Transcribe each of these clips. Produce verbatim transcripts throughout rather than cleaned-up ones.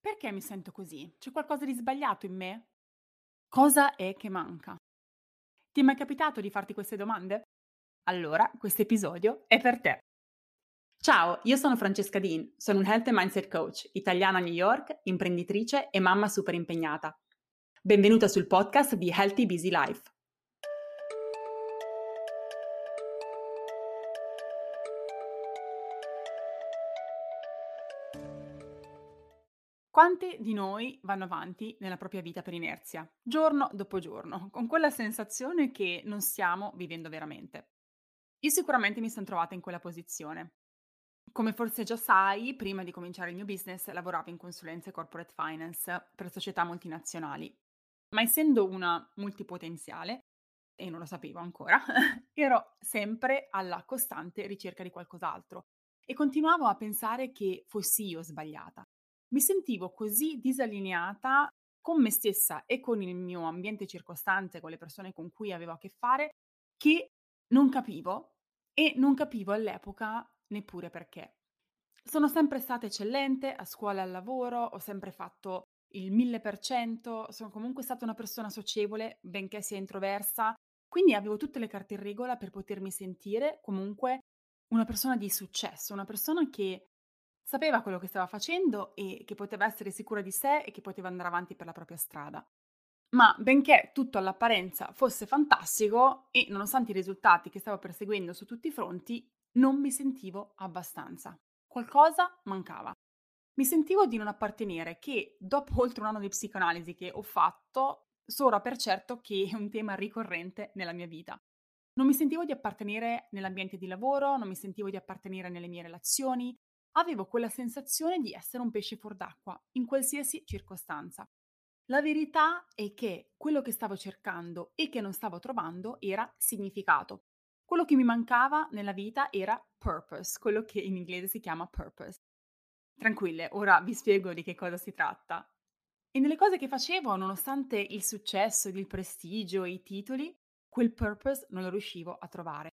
Perché mi sento così? C'è qualcosa di sbagliato in me? Cosa è che manca? Ti è mai capitato di farti queste domande? Allora, questo episodio è per te. Ciao, io sono Francesca Dean, sono un Health and Mindset Coach, italiana a New York, imprenditrice e mamma super impegnata. Benvenuta sul podcast di Healthy Busy Life. Quanti di noi vanno avanti nella propria vita per inerzia, giorno dopo giorno, con quella sensazione che non stiamo vivendo veramente? Io sicuramente mi sono trovata in quella posizione. Come forse già sai, prima di cominciare il mio business lavoravo in consulenza e corporate finance per società multinazionali, ma essendo una multipotenziale, e non lo sapevo ancora, ero sempre alla costante ricerca di qualcos'altro e continuavo a pensare che fossi io sbagliata. Mi sentivo così disallineata con me stessa e con il mio ambiente circostante, con le persone con cui avevo a che fare, che non capivo e non capivo all'epoca neppure perché. Sono sempre stata eccellente a scuola e al lavoro, ho sempre fatto il mille per cento, sono comunque stata una persona socievole, benché sia introversa, quindi avevo tutte le carte in regola per potermi sentire comunque una persona di successo, una persona che sapeva quello che stava facendo e che poteva essere sicura di sé e che poteva andare avanti per la propria strada. Ma benché tutto all'apparenza fosse fantastico e nonostante i risultati che stavo perseguendo su tutti i fronti, non mi sentivo abbastanza. Qualcosa mancava. Mi sentivo di non appartenere, che dopo oltre un anno di psicoanalisi che ho fatto, so ora per certo che è un tema ricorrente nella mia vita. Non mi sentivo di appartenere nell'ambiente di lavoro, non mi sentivo di appartenere nelle mie relazioni, avevo quella sensazione di essere un pesce fuor d'acqua in qualsiasi circostanza. La verità è che quello che stavo cercando e che non stavo trovando era significato. Quello che mi mancava nella vita era purpose, quello che in inglese si chiama purpose. Tranquille, ora vi spiego di che cosa si tratta. E nelle cose che facevo, nonostante il successo, il prestigio e i titoli, quel purpose non lo riuscivo a trovare.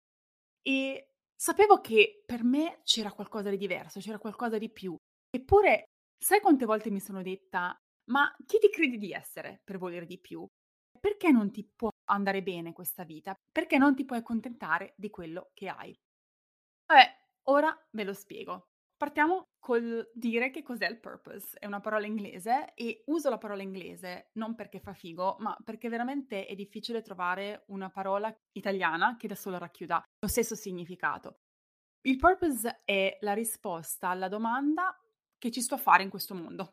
E sapevo che per me c'era qualcosa di diverso, c'era qualcosa di più. Eppure, sai quante volte mi sono detta: "Ma chi ti credi di essere per volere di più? Perché non ti può andare bene questa vita? Perché non ti puoi accontentare di quello che hai?" Vabbè, ora ve lo spiego. Partiamo col dire che cos'è il purpose. È una parola inglese e uso la parola inglese non perché fa figo, ma perché veramente è difficile trovare una parola italiana che da sola racchiuda lo stesso significato. Il purpose è la risposta alla domanda: che ci sto a fare in questo mondo?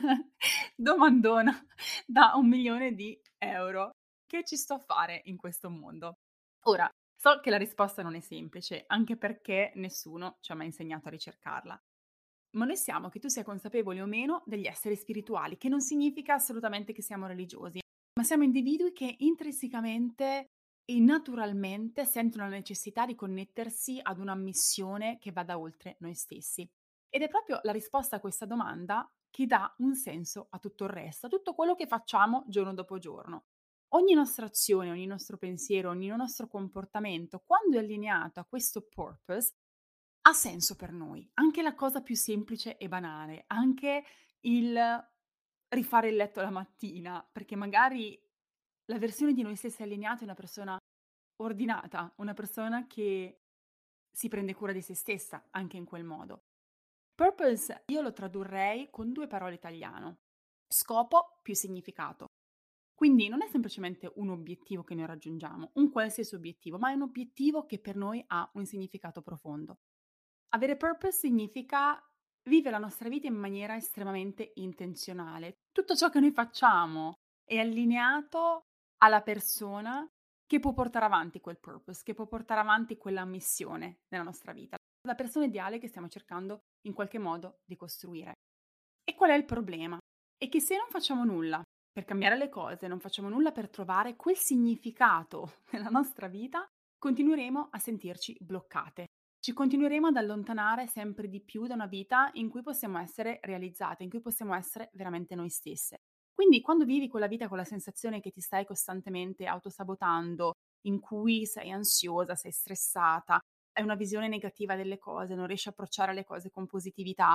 Domandona da un milione di euro. Che ci sto a fare in questo mondo? Ora, so che la risposta non è semplice, anche perché nessuno ci ha mai insegnato a ricercarla. Ma noi siamo, che tu sia consapevole o meno, degli esseri spirituali, che non significa assolutamente che siamo religiosi, ma siamo individui che intrinsecamente e naturalmente sentono la necessità di connettersi ad una missione che vada oltre noi stessi. Ed è proprio la risposta a questa domanda che dà un senso a tutto il resto, a tutto quello che facciamo giorno dopo giorno. Ogni nostra azione, ogni nostro pensiero, ogni nostro comportamento, quando è allineato a questo purpose, ha senso per noi. Anche la cosa più semplice e banale, anche il rifare il letto la mattina, perché magari la versione di noi stessi allineata è una persona ordinata, una persona che si prende cura di se stessa anche in quel modo. Purpose io lo tradurrei con due parole italiano: scopo più significato. Quindi non è semplicemente un obiettivo che noi raggiungiamo, un qualsiasi obiettivo, ma è un obiettivo che per noi ha un significato profondo. Avere purpose significa vivere la nostra vita in maniera estremamente intenzionale. Tutto ciò che noi facciamo è allineato alla persona che può portare avanti quel purpose, che può portare avanti quella missione nella nostra vita, la persona ideale che stiamo cercando in qualche modo di costruire. E qual è il problema? È che se non facciamo nulla per cambiare le cose, non facciamo nulla per trovare quel significato nella nostra vita, continueremo a sentirci bloccate. Ci continueremo ad allontanare sempre di più da una vita in cui possiamo essere realizzate, in cui possiamo essere veramente noi stesse. Quindi quando vivi quella vita con la sensazione che ti stai costantemente autosabotando, in cui sei ansiosa, sei stressata, hai una visione negativa delle cose, non riesci a approcciare le cose con positività,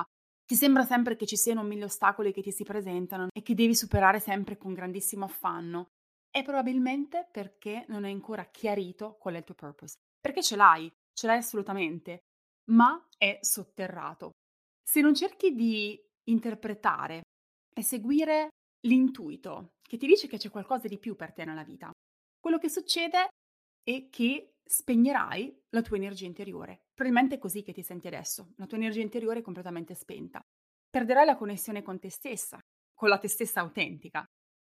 Ti sembra sempre che ci siano mille ostacoli che ti si presentano e che devi superare sempre con grandissimo affanno. È probabilmente perché non hai ancora chiarito qual è il tuo purpose. Perché ce l'hai, ce l'hai assolutamente, ma è sotterrato. Se non cerchi di interpretare e seguire l'intuito che ti dice che c'è qualcosa di più per te nella vita, quello che succede è che spegnerai la tua energia interiore. Probabilmente è così che ti senti adesso, la tua energia interiore è completamente spenta. Perderai la connessione con te stessa, con la te stessa autentica.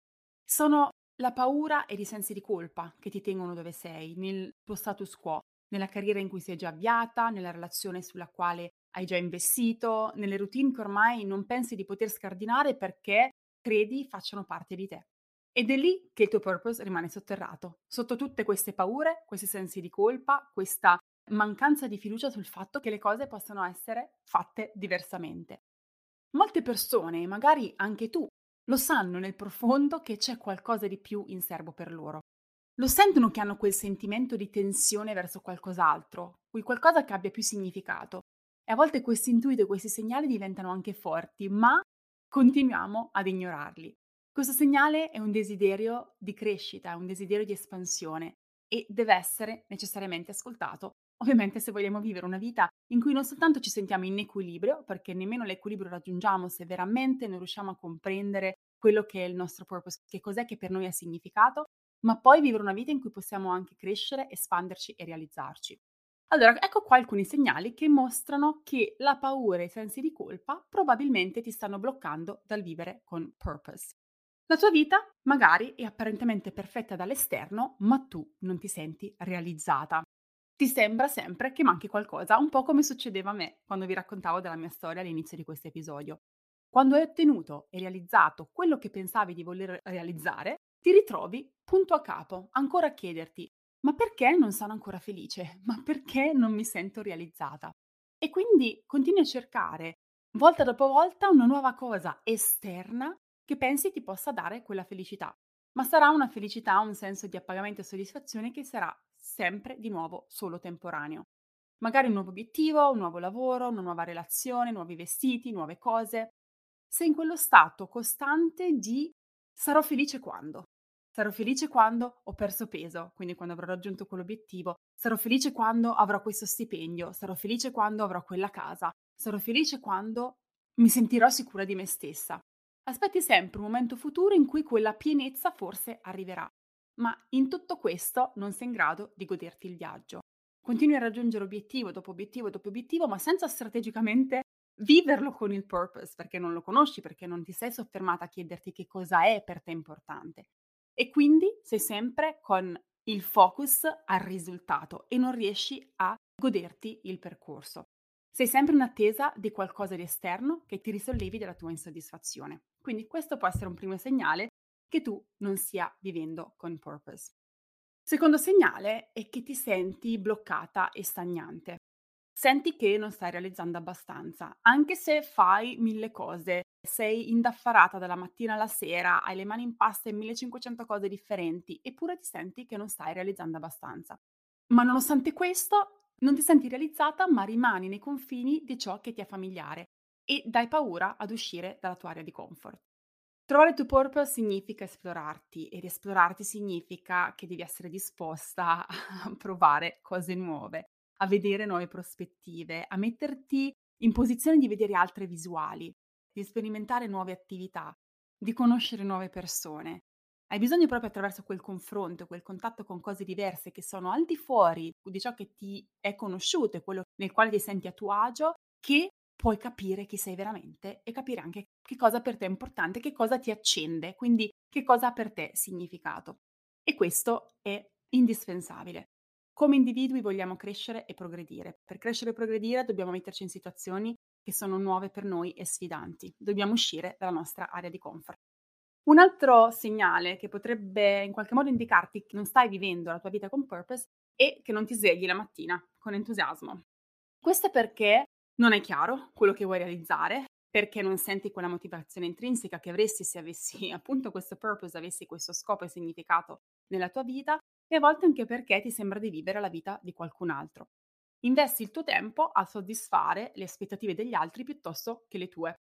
Sono la paura ed i sensi di colpa che ti tengono dove sei, nel tuo status quo, nella carriera in cui sei già avviata, nella relazione sulla quale hai già investito, nelle routine che ormai non pensi di poter scardinare perché credi facciano parte di te. Ed è lì che il tuo purpose rimane sotterrato, sotto tutte queste paure, questi sensi di colpa, questa mancanza di fiducia sul fatto che le cose possano essere fatte diversamente. Molte persone, magari anche tu, lo sanno nel profondo che c'è qualcosa di più in serbo per loro. Lo sentono che hanno quel sentimento di tensione verso qualcos'altro, quel qualcosa che abbia più significato. E a volte questi intuiti e questi segnali diventano anche forti, ma continuiamo ad ignorarli. Questo segnale è un desiderio di crescita, è un desiderio di espansione e deve essere necessariamente ascoltato. Ovviamente se vogliamo vivere una vita in cui non soltanto ci sentiamo in equilibrio, perché nemmeno l'equilibrio raggiungiamo se veramente non riusciamo a comprendere quello che è il nostro purpose, che cos'è che per noi ha significato, ma poi vivere una vita in cui possiamo anche crescere, espanderci e realizzarci. Allora, ecco qua alcuni segnali che mostrano che la paura e i sensi di colpa probabilmente ti stanno bloccando dal vivere con purpose. La tua vita magari è apparentemente perfetta dall'esterno, ma tu non ti senti realizzata. Ti sembra sempre che manchi qualcosa, un po' come succedeva a me quando vi raccontavo della mia storia all'inizio di questo episodio. Quando hai ottenuto e realizzato quello che pensavi di voler realizzare, ti ritrovi punto a capo, ancora a chiederti: ma perché non sono ancora felice? Ma perché non mi sento realizzata? E quindi continui a cercare, volta dopo volta, una nuova cosa esterna che pensi ti possa dare quella felicità. Ma sarà una felicità, un senso di appagamento e soddisfazione che sarà sempre di nuovo solo temporaneo. Magari un nuovo obiettivo, un nuovo lavoro, una nuova relazione, nuovi vestiti, nuove cose. Sei in quello stato costante di sarò felice quando? Sarò felice quando ho perso peso, quindi quando avrò raggiunto quell'obiettivo. Sarò felice quando avrò questo stipendio. Sarò felice quando avrò quella casa. Sarò felice quando mi sentirò sicura di me stessa. Aspetti sempre un momento futuro in cui quella pienezza forse arriverà, ma in tutto questo non sei in grado di goderti il viaggio. Continui a raggiungere obiettivo dopo obiettivo dopo obiettivo, ma senza strategicamente viverlo con il purpose, perché non lo conosci, perché non ti sei soffermata a chiederti che cosa è per te importante. E quindi sei sempre con il focus al risultato e non riesci a goderti il percorso. Sei sempre in attesa di qualcosa di esterno che ti risollevi dalla tua insoddisfazione. Quindi questo può essere un primo segnale che tu non stia vivendo con purpose. Secondo segnale è che ti senti bloccata e stagnante. Senti che non stai realizzando abbastanza, anche se fai mille cose, sei indaffarata dalla mattina alla sera, hai le mani in pasta in millecinquecento cose differenti, eppure ti senti che non stai realizzando abbastanza. Ma nonostante questo, non ti senti realizzata, ma rimani nei confini di ciò che ti è familiare e dai paura ad uscire dalla tua area di comfort. Trovare il tuo purpose significa esplorarti ed esplorarti significa che devi essere disposta a provare cose nuove, a vedere nuove prospettive, a metterti in posizione di vedere altre visuali, di sperimentare nuove attività, di conoscere nuove persone. Hai bisogno proprio attraverso quel confronto, quel contatto con cose diverse che sono al di fuori di ciò che ti è conosciuto e quello nel quale ti senti a tuo agio, che puoi capire chi sei veramente e capire anche che cosa per te è importante, che cosa ti accende, quindi che cosa ha per te significato. E questo è indispensabile. Come individui vogliamo crescere e progredire. Per crescere e progredire dobbiamo metterci in situazioni che sono nuove per noi e sfidanti. Dobbiamo uscire dalla nostra area di comfort. Un altro segnale che potrebbe in qualche modo indicarti che non stai vivendo la tua vita con purpose è che non ti svegli la mattina con entusiasmo. Questo è perché non è chiaro quello che vuoi realizzare, perché non senti quella motivazione intrinseca che avresti se avessi appunto questo purpose, avessi questo scopo e significato nella tua vita, e a volte anche perché ti sembra di vivere la vita di qualcun altro. Investi il tuo tempo a soddisfare le aspettative degli altri piuttosto che le tue.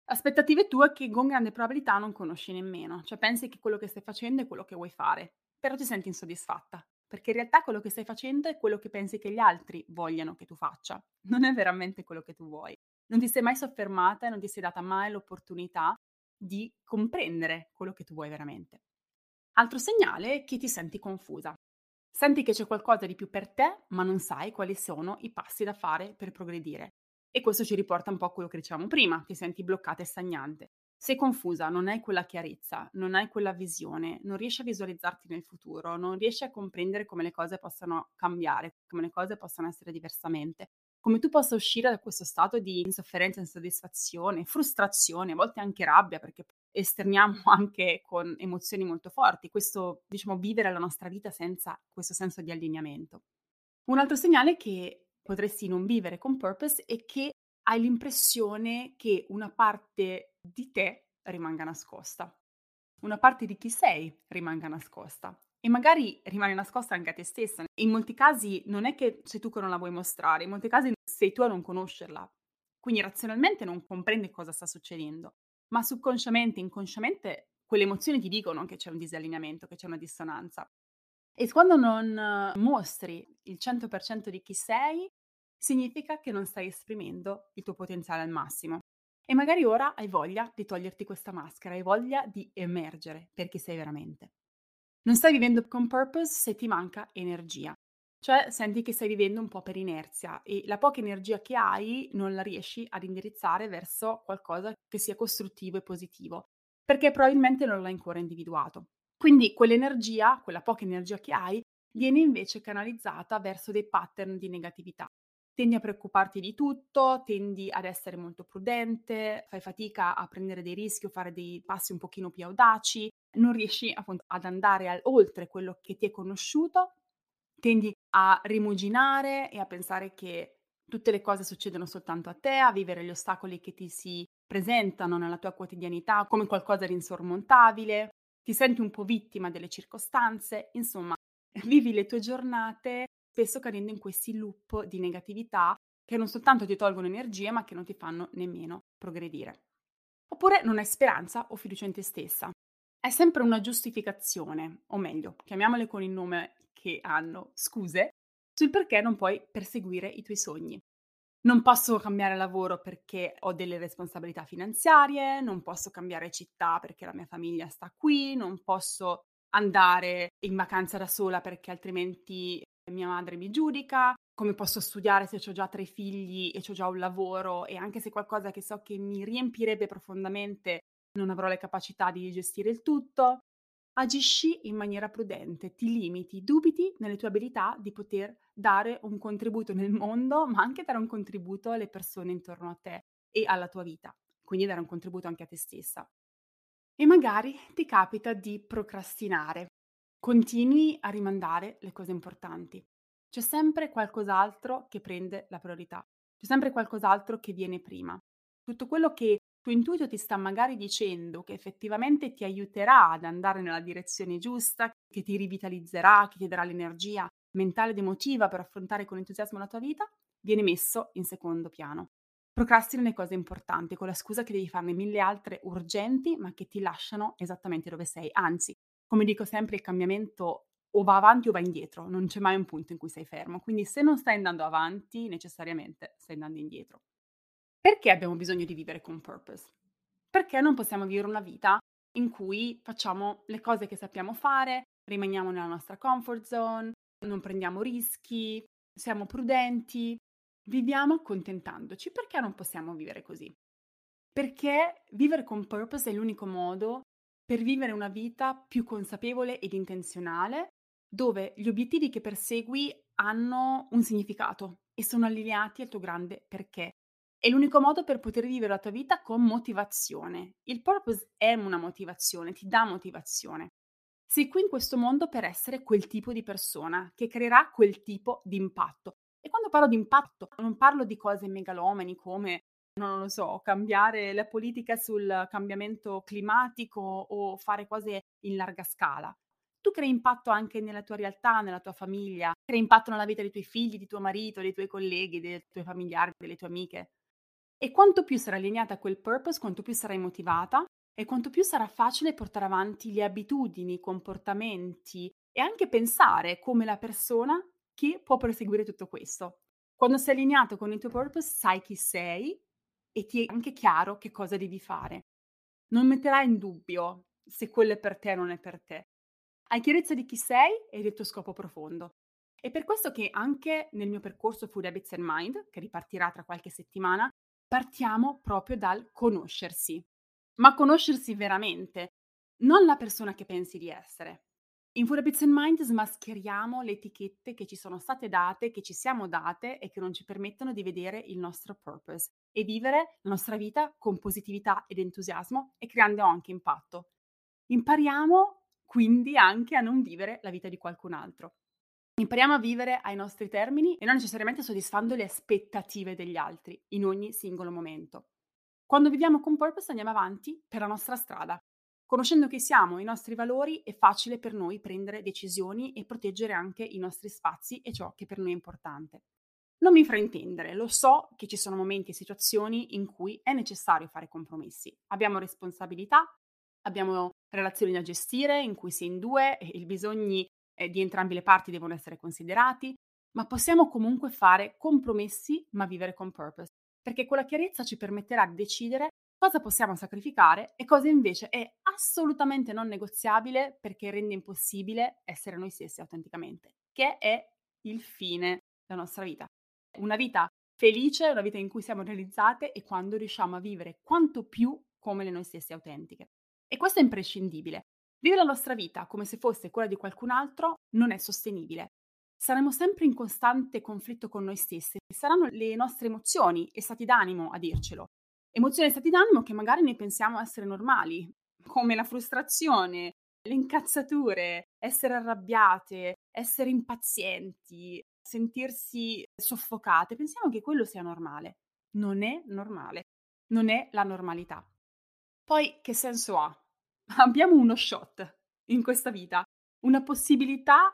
Aspettative tue che con grande probabilità non conosci nemmeno, cioè pensi che quello che stai facendo è quello che vuoi fare, però ti senti insoddisfatta, perché in realtà quello che stai facendo è quello che pensi che gli altri vogliano che tu faccia, non è veramente quello che tu vuoi. Non ti sei mai soffermata e non ti sei data mai l'opportunità di comprendere quello che tu vuoi veramente. Altro segnale è che ti senti confusa. Senti che c'è qualcosa di più per te, ma non sai quali sono i passi da fare per progredire. E questo ci riporta un po' a quello che dicevamo prima, ti senti bloccata e stagnante. Sei confusa, non hai quella chiarezza, non hai quella visione, non riesci a visualizzarti nel futuro, non riesci a comprendere come le cose possano cambiare, come le cose possano essere diversamente, come tu possa uscire da questo stato di insofferenza, insoddisfazione, frustrazione, a volte anche rabbia, perché esterniamo anche con emozioni molto forti, questo diciamo vivere la nostra vita senza questo senso di allineamento. Un altro segnale che potresti non vivere con purpose è che hai l'impressione che una parte di te rimanga nascosta, una parte di chi sei rimanga nascosta e magari rimane nascosta anche a te stessa. In molti casi non è che sei tu che non la vuoi mostrare, in molti casi sei tu a non conoscerla. Quindi razionalmente non comprendi cosa sta succedendo, ma subconsciamente, inconsciamente quelle emozioni ti dicono che c'è un disallineamento, che c'è una dissonanza. E quando non eh, mostri il cento per cento di chi sei, significa che non stai esprimendo il tuo potenziale al massimo. E magari ora hai voglia di toglierti questa maschera, hai voglia di emergere per chi sei veramente. Non stai vivendo con purpose se ti manca energia, cioè senti che stai vivendo un po' per inerzia e la poca energia che hai non la riesci ad indirizzare verso qualcosa che sia costruttivo e positivo, perché probabilmente non l'hai ancora individuato. Quindi quell'energia, quella poca energia che hai, viene invece canalizzata verso dei pattern di negatività. Tendi a preoccuparti di tutto, tendi ad essere molto prudente, fai fatica a prendere dei rischi o fare dei passi un pochino più audaci, non riesci appunto ad andare al oltre quello che ti è conosciuto, tendi a rimuginare e a pensare che tutte le cose succedono soltanto a te, a vivere gli ostacoli che ti si presentano nella tua quotidianità come qualcosa di insormontabile, ti senti un po' vittima delle circostanze, insomma, vivi le tue giornate spesso cadendo in questi loop di negatività che non soltanto ti tolgono energie, ma che non ti fanno nemmeno progredire. Oppure non hai speranza o fiducia in te stessa. È sempre una giustificazione, o meglio, chiamiamole con il nome che hanno, scuse, sul perché non puoi perseguire i tuoi sogni. Non posso cambiare lavoro perché ho delle responsabilità finanziarie, non posso cambiare città perché la mia famiglia sta qui, non posso andare in vacanza da sola perché altrimenti mia madre mi giudica, come posso studiare se ho già tre figli e c'ho già un lavoro e anche se è qualcosa che so che mi riempirebbe profondamente, non avrò le capacità di gestire il tutto. Agisci in maniera prudente, ti limiti, dubiti nelle tue abilità di poter dare un contributo nel mondo, ma anche dare un contributo alle persone intorno a te e alla tua vita, quindi dare un contributo anche a te stessa. E magari ti capita di procrastinare, continui a rimandare le cose importanti. C'è sempre qualcos'altro che prende la priorità, c'è sempre qualcos'altro che viene prima. Tutto quello che il tuo intuito ti sta magari dicendo che effettivamente ti aiuterà ad andare nella direzione giusta, che ti rivitalizzerà, che ti darà l'energia mentale ed emotiva per affrontare con entusiasmo la tua vita, viene messo in secondo piano. Procrastini le cose importanti con la scusa che devi farne mille altre urgenti, ma che ti lasciano esattamente dove sei. Anzi, come dico sempre, il cambiamento o va avanti o va indietro, non c'è mai un punto in cui sei fermo. Quindi se non stai andando avanti, necessariamente stai andando indietro. Perché abbiamo bisogno di vivere con purpose? Perché non possiamo vivere una vita in cui facciamo le cose che sappiamo fare, rimaniamo nella nostra comfort zone, non prendiamo rischi, siamo prudenti, viviamo accontentandoci. Perché non possiamo vivere così? Perché vivere con purpose è l'unico modo per vivere una vita più consapevole ed intenzionale, dove gli obiettivi che persegui hanno un significato e sono allineati al tuo grande perché. È l'unico modo per poter vivere la tua vita con motivazione. Il purpose è una motivazione, ti dà motivazione. Sei qui in questo mondo per essere quel tipo di persona che creerà quel tipo di impatto. E quando parlo di impatto non parlo di cose megalomani come, non lo so, cambiare la politica sul cambiamento climatico o fare cose in larga scala. Tu crei impatto anche nella tua realtà, nella tua famiglia, crei impatto nella vita dei tuoi figli, di tuo marito, dei tuoi colleghi, dei tuoi familiari, delle tue amiche. E quanto più sarai allineata a quel purpose, quanto più sarai motivata e quanto più sarà facile portare avanti le abitudini, i comportamenti e anche pensare come la persona che può perseguire tutto questo. Quando sei allineato con il tuo purpose, sai chi sei e ti è anche chiaro che cosa devi fare. Non metterai in dubbio se quello è per te o non è per te. Hai chiarezza di chi sei e del tuo scopo profondo. È per questo che anche nel mio percorso Food Habits and Mind, che ripartirà tra qualche settimana, partiamo proprio dal conoscersi. Ma conoscersi veramente, non la persona che pensi di essere. In Food Habits and Mind smascheriamo le etichette che ci sono state date, che ci siamo date e che non ci permettono di vedere il nostro purpose e vivere la nostra vita con positività ed entusiasmo e creando anche impatto. Impariamo quindi anche a non vivere la vita di qualcun altro. Impariamo a vivere ai nostri termini e non necessariamente soddisfando le aspettative degli altri in ogni singolo momento. Quando viviamo con purpose andiamo avanti per la nostra strada. Conoscendo chi siamo, i nostri valori, è facile per noi prendere decisioni e proteggere anche i nostri spazi e ciò che per noi è importante. Non mi fraintendere, lo so che ci sono momenti e situazioni in cui è necessario fare compromessi. Abbiamo responsabilità, abbiamo relazioni da gestire in cui si è in due e i bisogni eh, di entrambe le parti devono essere considerati, ma possiamo comunque fare compromessi ma vivere con purpose, perché quella chiarezza ci permetterà di decidere cosa possiamo sacrificare e cosa invece è assolutamente non negoziabile perché rende impossibile essere noi stessi autenticamente, che è il fine della nostra vita. Una vita felice, una vita in cui siamo realizzate e quando riusciamo a vivere quanto più come le noi stesse autentiche. E questo è imprescindibile. Vivere la nostra vita come se fosse quella di qualcun altro non è sostenibile. Saremo sempre in costante conflitto con noi stessi. Saranno le nostre emozioni e stati d'animo a dircelo. Emozioni e stati d'animo che magari noi pensiamo essere normali, come la frustrazione, le incazzature, essere arrabbiate, essere impazienti, sentirsi soffocate. Pensiamo che quello sia normale. Non è normale. Non è la normalità. Poi che senso ha? Abbiamo uno shot in questa vita, una possibilità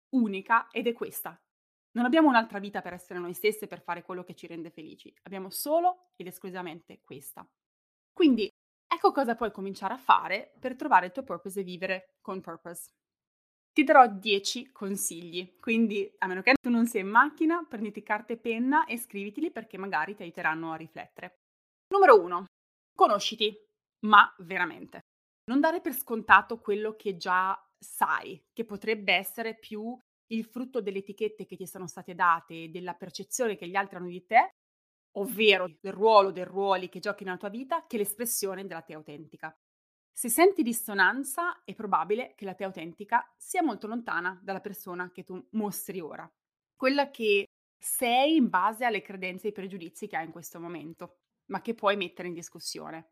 unica ed è questa. Non abbiamo un'altra vita per essere noi stesse, per fare quello che ci rende felici. Abbiamo solo ed esclusivamente questa. Quindi ecco cosa puoi cominciare a fare per trovare il tuo purpose e vivere con purpose. Ti darò dieci consigli, quindi a meno che tu non sia in macchina, prenditi carta e penna e scriviteli perché magari ti aiuteranno a riflettere. Numero uno. Conosciti, ma veramente. Non dare per scontato quello che già sai, che potrebbe essere più il frutto delle etichette che ti sono state date e della percezione che gli altri hanno di te, ovvero del ruolo, dei ruoli che giochi nella tua vita, che l'espressione della te autentica. Se senti dissonanza, è probabile che la te autentica sia molto lontana dalla persona che tu mostri ora, quella che sei in base alle credenze e ai pregiudizi che hai in questo momento, ma che puoi mettere in discussione.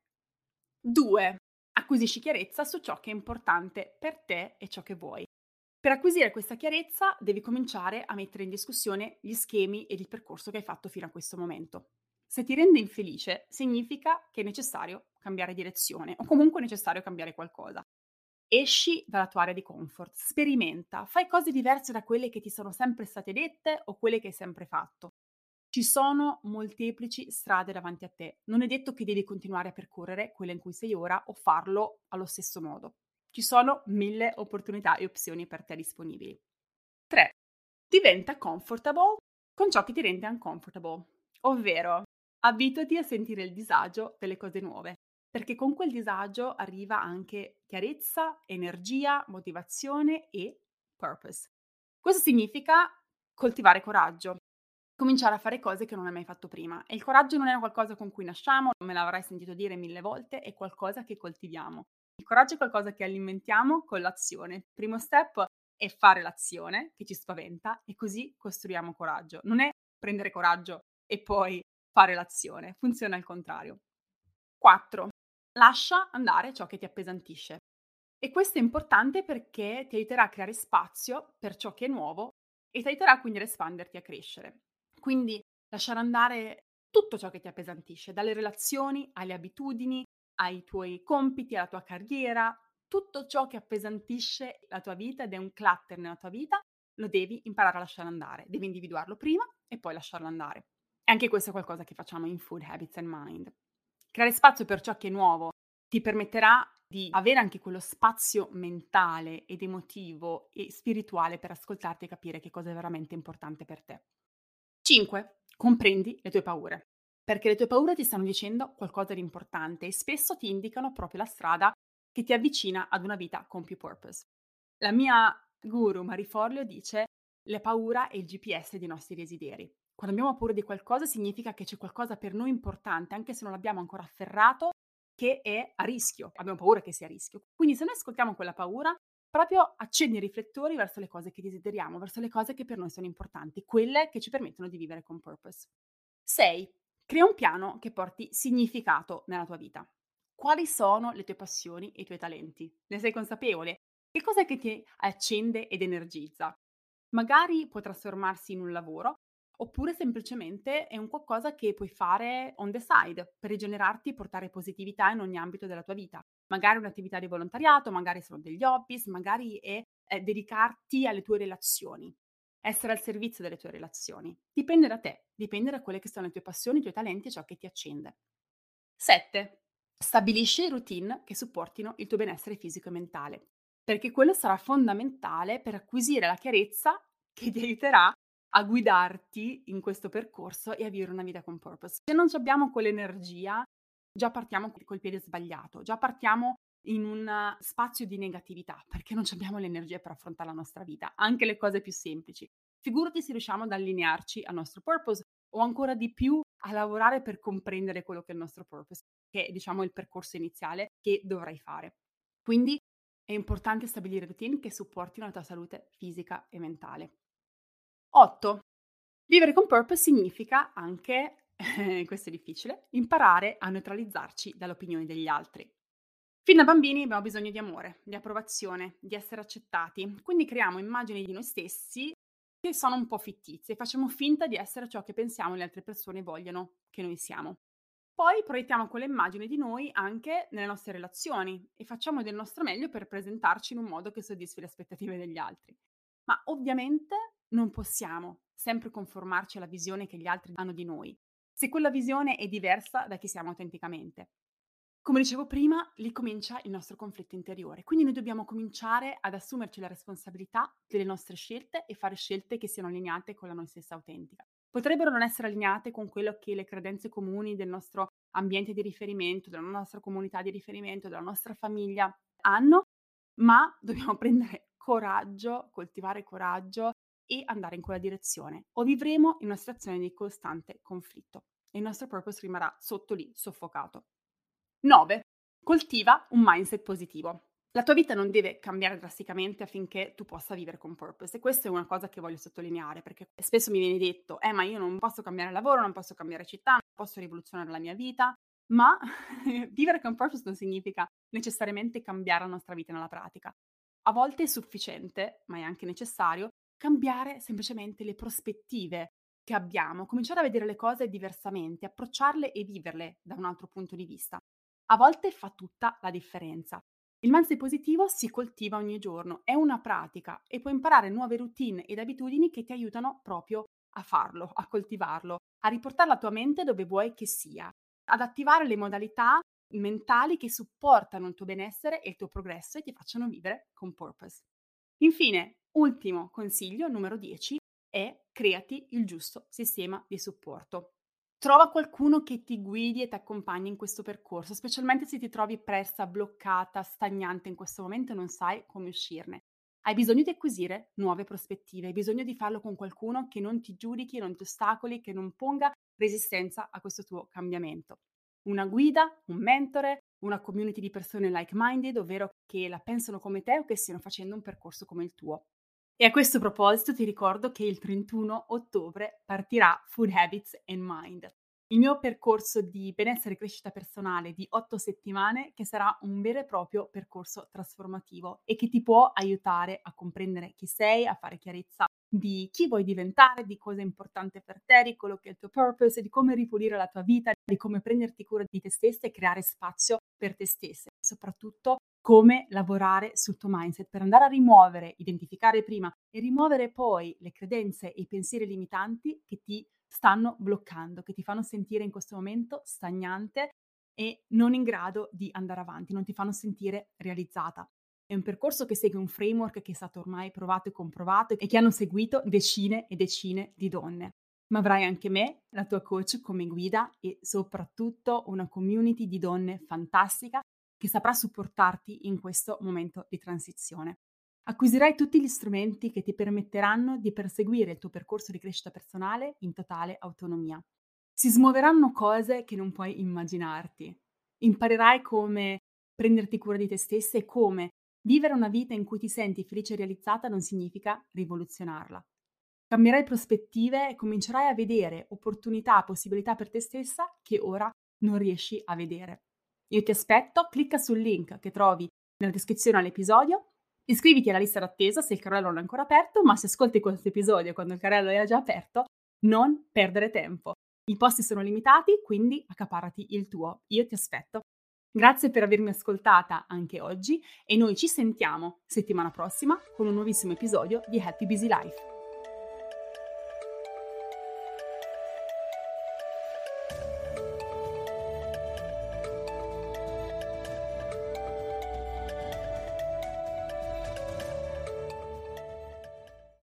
due. Acquisisci chiarezza su ciò che è importante per te e ciò che vuoi. Per acquisire questa chiarezza devi cominciare a mettere in discussione gli schemi ed il percorso che hai fatto fino a questo momento. Se ti rende infelice, significa che è necessario cambiare direzione o comunque è necessario cambiare qualcosa. Esci dalla tua area di comfort, sperimenta, fai cose diverse da quelle che ti sono sempre state dette o quelle che hai sempre fatto. Ci sono molteplici strade davanti a te. Non è detto che devi continuare a percorrere quella in cui sei ora o farlo allo stesso modo. Ci sono mille opportunità e opzioni per te disponibili. tre. Diventa comfortable con ciò che ti rende uncomfortable, ovvero abituati a sentire il disagio delle cose nuove, perché con quel disagio arriva anche chiarezza, energia, motivazione e purpose. Questo significa coltivare coraggio, cominciare a fare cose che non hai mai fatto prima. E il coraggio non è qualcosa con cui nasciamo, me l'avrai sentito dire mille volte, è qualcosa che coltiviamo. Il coraggio è qualcosa che alimentiamo con l'azione. Il primo step è fare l'azione che ci spaventa e così costruiamo coraggio. Non è prendere coraggio e poi fare l'azione, funziona al contrario. quattro. Lascia andare ciò che ti appesantisce. E questo è importante perché ti aiuterà a creare spazio per ciò che è nuovo e ti aiuterà quindi ad espanderti e a crescere. Quindi lasciare andare tutto ciò che ti appesantisce, dalle relazioni alle abitudini, ai tuoi compiti, alla tua carriera, tutto ciò che appesantisce la tua vita ed è un clutter nella tua vita, lo devi imparare a lasciare andare. Devi individuarlo prima e poi lasciarlo andare. E anche questo è qualcosa che facciamo in Food Habits and Mind. Creare spazio per ciò che è nuovo ti permetterà di avere anche quello spazio mentale ed emotivo e spirituale per ascoltarti e capire che cosa è veramente importante per te. cinque. Comprendi le tue paure, perché le tue paure ti stanno dicendo qualcosa di importante e spesso ti indicano proprio la strada che ti avvicina ad una vita con più purpose. La mia guru Marie Forleo dice: la paura è il G P S dei nostri desideri. Quando abbiamo paura di qualcosa significa che c'è qualcosa per noi importante, anche se non l'abbiamo ancora afferrato, che è a rischio. Abbiamo paura che sia a rischio. Quindi se noi ascoltiamo quella paura, proprio accendi i riflettori verso le cose che desideriamo, verso le cose che per noi sono importanti, quelle che ci permettono di vivere con purpose. sei. Crea un piano che porti significato nella tua vita. Quali sono le tue passioni e i tuoi talenti? Ne sei consapevole? Che cos'è che ti accende ed energizza? Magari può trasformarsi in un lavoro, oppure semplicemente è un qualcosa che puoi fare on the side per rigenerarti e portare positività in ogni ambito della tua vita. Magari un'attività di volontariato, magari sono degli hobbies, magari è eh, dedicarti alle tue relazioni, essere al servizio delle tue relazioni. Dipende da te, dipende da quelle che sono le tue passioni, i tuoi talenti e ciò che ti accende. sette. Stabilisci routine che supportino il tuo benessere fisico e mentale, perché quello sarà fondamentale per acquisire la chiarezza che ti aiuterà a guidarti in questo percorso e a vivere una vita con purpose. Se non abbiamo quell'energia, già partiamo col piede sbagliato, già partiamo in un spazio di negatività, perché non abbiamo l'energia per affrontare la nostra vita, anche le cose più semplici. Figurati se riusciamo ad allinearci al nostro purpose o ancora di più a lavorare per comprendere quello che è il nostro purpose, che è diciamo il percorso iniziale che dovrai fare. Quindi è importante stabilire routine che supportino la tua salute fisica e mentale. otto. Vivere con purpose significa anche, eh, questo è difficile, imparare a neutralizzarci dalle opinioni degli altri. Fin da bambini abbiamo bisogno di amore, di approvazione, di essere accettati, quindi creiamo immagini di noi stessi che sono un po' fittizie, facciamo finta di essere ciò che pensiamo le altre persone vogliono che noi siamo. Poi proiettiamo quelle immagini di noi anche nelle nostre relazioni e facciamo del nostro meglio per presentarci in un modo che soddisfi le aspettative degli altri. Ma ovviamente non possiamo sempre conformarci alla visione che gli altri hanno di noi, se quella visione è diversa da chi siamo autenticamente. Come dicevo prima, lì comincia il nostro conflitto interiore, quindi noi dobbiamo cominciare ad assumerci la responsabilità delle nostre scelte e fare scelte che siano allineate con la noi stessa autentica. Potrebbero non essere allineate con quello che le credenze comuni del nostro ambiente di riferimento, della nostra comunità di riferimento, della nostra famiglia hanno, ma dobbiamo prendere coraggio, coltivare coraggio e andare in quella direzione. O vivremo in una situazione di costante conflitto e il nostro purpose rimarrà sotto lì, soffocato. nove. Coltiva un mindset positivo. La tua vita non deve cambiare drasticamente affinché tu possa vivere con purpose e questa è una cosa che voglio sottolineare perché spesso mi viene detto eh ma io non posso cambiare lavoro, non posso cambiare città, non posso rivoluzionare la mia vita, ma vivere con purpose non significa necessariamente cambiare la nostra vita nella pratica. A volte è sufficiente, ma è anche necessario, cambiare semplicemente le prospettive che abbiamo, cominciare a vedere le cose diversamente, approcciarle e viverle da un altro punto di vista. A volte fa tutta la differenza. Il mindset positivo si coltiva ogni giorno, è una pratica e puoi imparare nuove routine ed abitudini che ti aiutano proprio a farlo, a coltivarlo, a riportare la tua mente dove vuoi che sia, ad attivare le modalità mentali che supportano il tuo benessere e il tuo progresso e ti facciano vivere con purpose. Infine, ultimo consiglio, numero dieci, è creati il giusto sistema di supporto. Trova qualcuno che ti guidi e ti accompagni in questo percorso, specialmente se ti trovi presa, bloccata, stagnante in questo momento e non sai come uscirne. Hai bisogno di acquisire nuove prospettive, hai bisogno di farlo con qualcuno che non ti giudichi, non ti ostacoli, che non ponga resistenza a questo tuo cambiamento. Una guida, un mentore, una community di persone like-minded, ovvero che la pensano come te o che stiano facendo un percorso come il tuo. E a questo proposito ti ricordo che il trentuno ottobre partirà Food Habits and Mind, il mio percorso di benessere e crescita personale di otto settimane che sarà un vero e proprio percorso trasformativo e che ti può aiutare a comprendere chi sei, a fare chiarezza di chi vuoi diventare, di cosa è importante per te, di quello che è il tuo purpose, di come ripulire la tua vita, di come prenderti cura di te stessa e creare spazio per te stessa. Soprattutto come lavorare sul tuo mindset per andare a rimuovere, identificare prima e rimuovere poi le credenze e i pensieri limitanti che ti stanno bloccando, che ti fanno sentire in questo momento stagnante e non in grado di andare avanti, non ti fanno sentire realizzata. È un percorso che segue un framework che è stato ormai provato e comprovato e che hanno seguito decine e decine di donne. Ma avrai anche me, la tua coach, come guida e soprattutto una community di donne fantastica che saprà supportarti in questo momento di transizione. Acquisirai tutti gli strumenti che ti permetteranno di perseguire il tuo percorso di crescita personale in totale autonomia. Si smuoveranno cose che non puoi immaginarti. Imparerai come prenderti cura di te stessa e come vivere una vita in cui ti senti felice e realizzata non significa rivoluzionarla. Cambierai prospettive e comincerai a vedere opportunità, possibilità per te stessa che ora non riesci a vedere. Io ti aspetto, clicca sul link che trovi nella descrizione all'episodio, iscriviti alla lista d'attesa se il carrello non è ancora aperto, ma se ascolti questo episodio quando il carrello è già aperto, non perdere tempo. I posti sono limitati, quindi accaparrati il tuo. Io ti aspetto. Grazie per avermi ascoltata anche oggi e noi ci sentiamo settimana prossima con un nuovissimo episodio di Happy Busy Life.